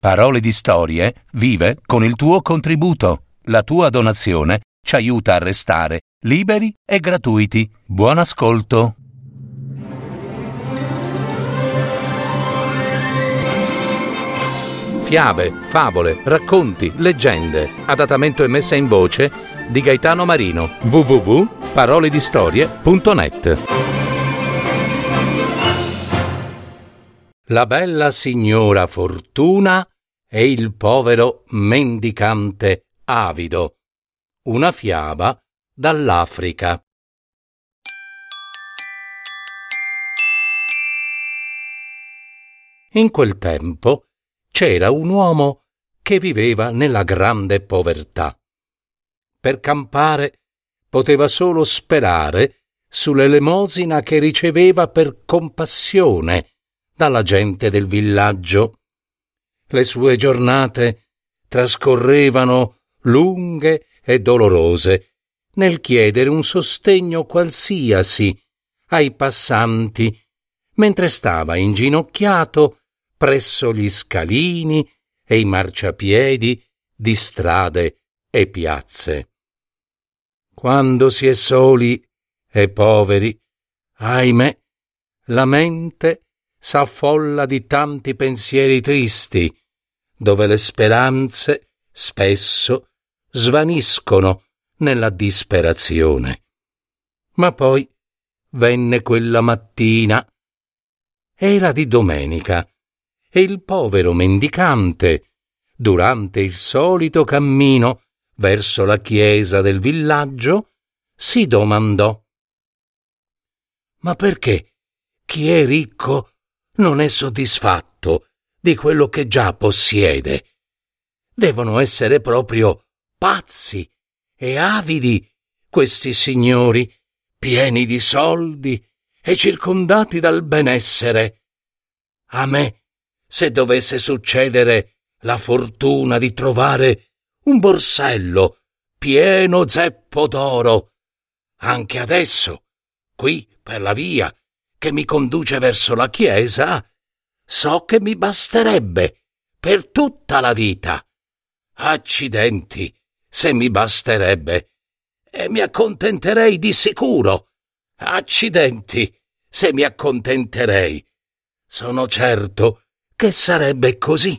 Parole di Storie vive con il tuo contributo. La tua donazione ci aiuta a restare liberi e gratuiti. Buon ascolto. Fiabe, favole, racconti, leggende. Adattamento e messa in voce di Gaetano Marino. www.paroledistorie.net. La bella signora Fortuna e il povero mendicante avido. Una fiaba dall'Africa. In quel tempo c'era un uomo che viveva nella grande povertà. Per campare poteva solo sperare sull'elemosina che riceveva per compassione dalla gente del villaggio. Le sue giornate trascorrevano lunghe e dolorose nel chiedere un sostegno qualsiasi ai passanti, mentre stava inginocchiato presso gli scalini e i marciapiedi di strade e piazze. Quando si è soli e poveri, ahimè, la mente s'affolla di tanti pensieri tristi, dove le speranze spesso svaniscono nella disperazione. Ma poi venne quella mattina. Era di domenica e il povero mendicante, durante il solito cammino verso la chiesa del villaggio, si domandò: ma perché chi è ricco non è soddisfatto di quello che già possiede? Devono essere proprio pazzi e avidi questi signori, pieni di soldi e circondati dal benessere. A me, se dovesse succedere la fortuna di trovare un borsello pieno zeppo d'oro, anche adesso, qui per la via che mi conduce verso la chiesa, so che mi basterebbe per tutta la vita. Accidenti, se mi basterebbe, e mi accontenterei di sicuro. Accidenti, se mi accontenterei. Sono certo che sarebbe così.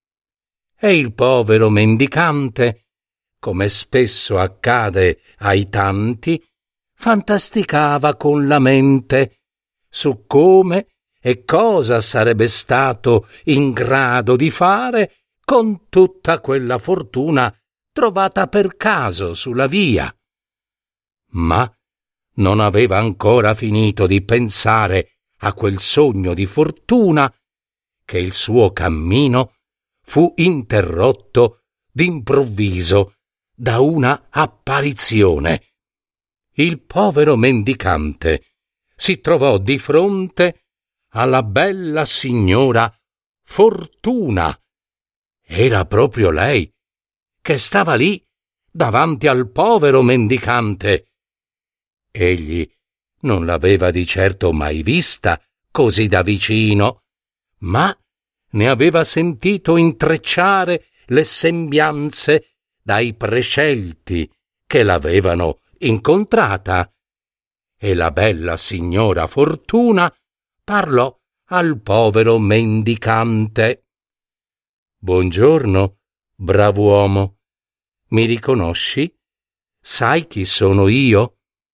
E il povero mendicante, come spesso accade ai tanti, fantasticava con la mente su come e cosa sarebbe stato in grado di fare con tutta quella fortuna trovata per caso sulla via. Ma non aveva ancora finito di pensare a quel sogno di fortuna che il suo cammino fu interrotto d'improvviso da una apparizione. Il povero mendicante si trovò di fronte alla bella signora Fortuna. Era proprio lei che stava lì davanti al povero mendicante. Egli non l'aveva di certo mai vista così da vicino, ma ne aveva sentito intrecciare le sembianze dai prescelti che l'avevano incontrata, e la bella signora Fortuna parlò al povero mendicante. «Buongiorno, brav'uomo. Mi riconosci? Sai chi sono io?»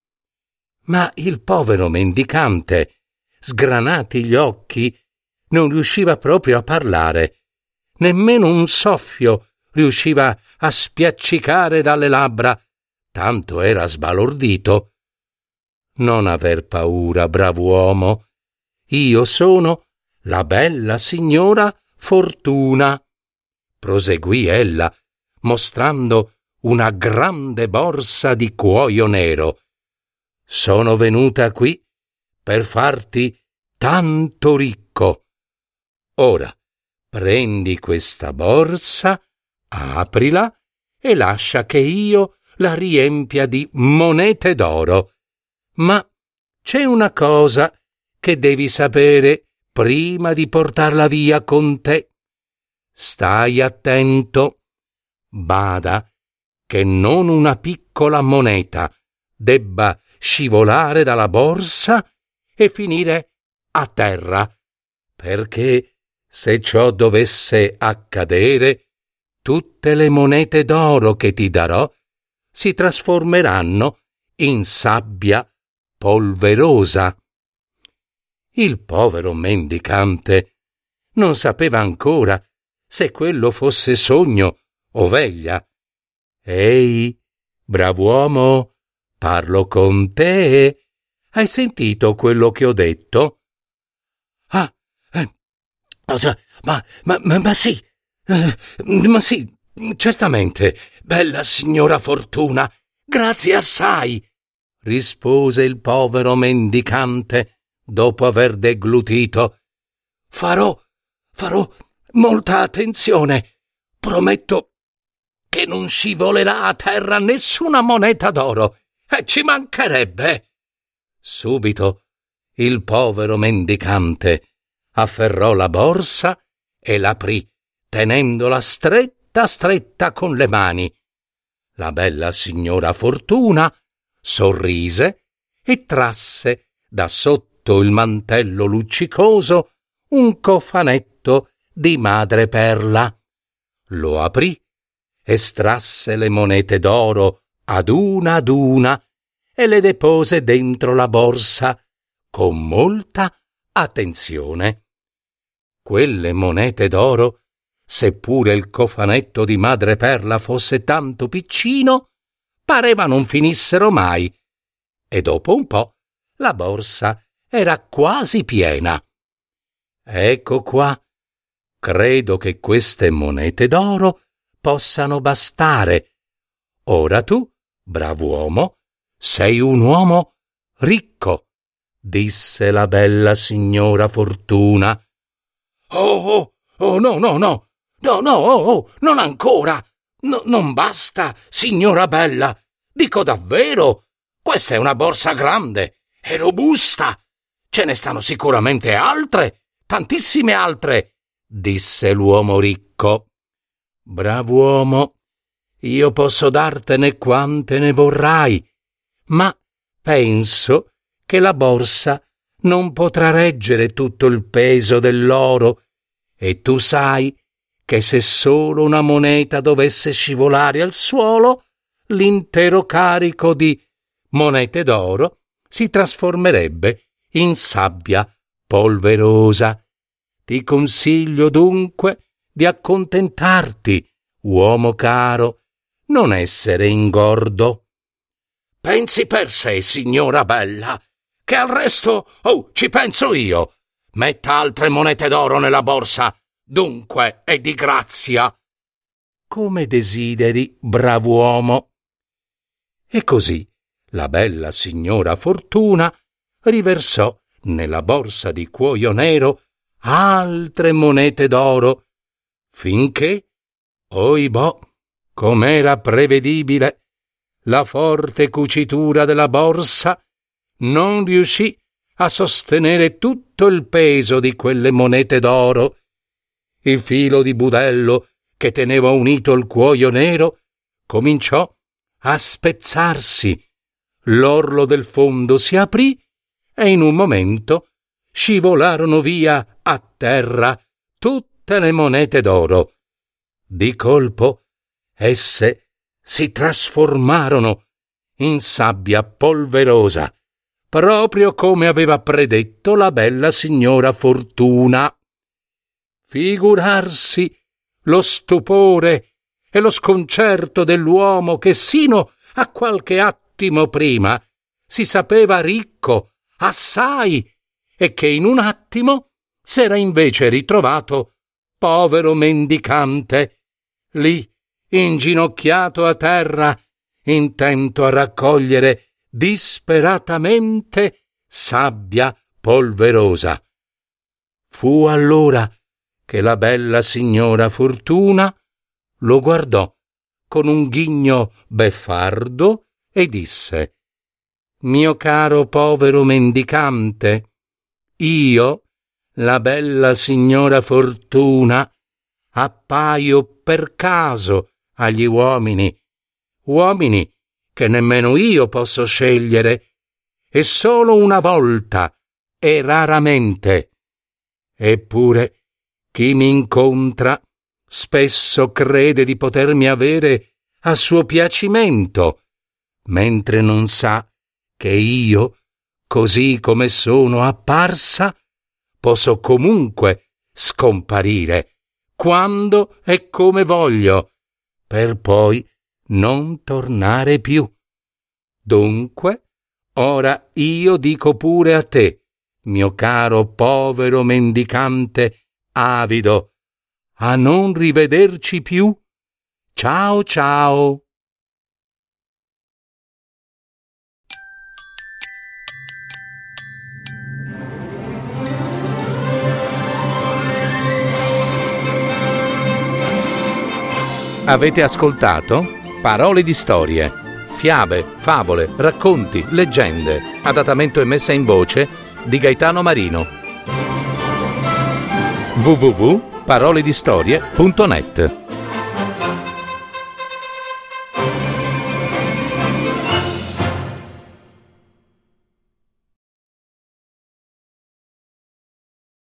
Ma il povero mendicante, sgranati gli occhi, non riusciva proprio a parlare. Nemmeno un soffio riusciva a spiaccicare dalle labbra, tanto era sbalordito. «Non aver paura, brav'uomo. Io sono la bella signora Fortuna», proseguì ella, mostrando una grande borsa di cuoio nero. «Sono venuta qui per farti tanto ricco. Ora prendi questa borsa, aprila e lascia che io la riempia di monete d'oro. Ma c'è una cosa che devi sapere prima di portarla via con te. Stai attento. Bada che non una piccola moneta debba scivolare dalla borsa e finire a terra, perché se ciò dovesse accadere, tutte le monete d'oro che ti darò si trasformeranno in sabbia polverosa. Il povero mendicante non sapeva ancora se quello fosse sogno o veglia. Ehi, brav'uomo, parlo con te. Hai sentito quello che ho detto? Ah, ma sì, ma sì, certamente, bella signora Fortuna, grazie assai, rispose il povero mendicante dopo aver deglutito. Farò molta attenzione, prometto che non scivolerà a terra nessuna moneta d'oro, e ci mancherebbe. Subito il povero mendicante afferrò la borsa e l'aprì, tenendola stretta con le mani. La bella signora Fortuna sorrise e trasse da sotto il mantello luccicoso un cofanetto di madreperla. Lo aprì, estrasse le monete d'oro ad una e le depose dentro la borsa con molta attenzione. Quelle monete d'oro, seppure il cofanetto di madreperla fosse tanto piccino, pareva non finissero mai, e dopo un po' la borsa era quasi piena. Ecco qua, credo che queste monete d'oro possano bastare. Ora tu, brav'uomo, sei un uomo ricco, disse la bella signora Fortuna. Oh, no, non ancora. Non basta, signora bella. Dico davvero, questa è una borsa grande e robusta. Ce ne stanno sicuramente altre, tantissime altre, disse l'uomo ricco. Brav'uomo, io posso dartene quante ne vorrai, ma penso che la borsa non potrà reggere tutto il peso dell'oro, e tu sai che se solo una moneta dovesse scivolare al suolo, l'intero carico di monete d'oro si trasformerebbe in sabbia polverosa. Ti consiglio dunque di accontentarti, uomo caro, non essere ingordo. Pensi per sé, signora bella, che al resto, ci penso io. Metta altre monete d'oro nella borsa, dunque, e di grazia. Come desideri, brav'uomo. E così la bella signora Fortuna riversò nella borsa di cuoio nero altre monete d'oro, finché, oibò, com'era prevedibile, la forte cucitura della borsa non riuscì a sostenere tutto il peso di quelle monete d'oro. Il filo di budello che teneva unito il cuoio nero cominciò a spezzarsi. L'orlo del fondo si aprì e in un momento scivolarono via a terra tutte le monete d'oro. Di colpo esse si trasformarono in sabbia polverosa, proprio come aveva predetto la bella signora Fortuna. Figurarsi lo stupore e lo sconcerto dell'uomo che sino a qualche attimo prima si sapeva ricco assai e che in un attimo s'era invece ritrovato povero mendicante, lì inginocchiato a terra, intento a raccogliere disperatamente sabbia polverosa. Fu allora che la bella signora Fortuna lo guardò con un ghigno beffardo e disse: «Mio caro povero mendicante, io, la bella signora Fortuna, appaio per caso agli uomini che nemmeno io posso scegliere, e solo una volta e raramente. Eppure chi mi incontra spesso crede di potermi avere a suo piacimento, mentre non sa che io, così come sono apparsa, posso comunque scomparire quando e come voglio, per poi non tornare più. Dunque, ora io dico pure a te, mio caro povero mendicante avido, a non rivederci più. Ciao ciao. Avete ascoltato Parole di storie, fiabe, favole, racconti, leggende, adattamento e messa in voce di Gaetano Marino. www.paroledistorie.net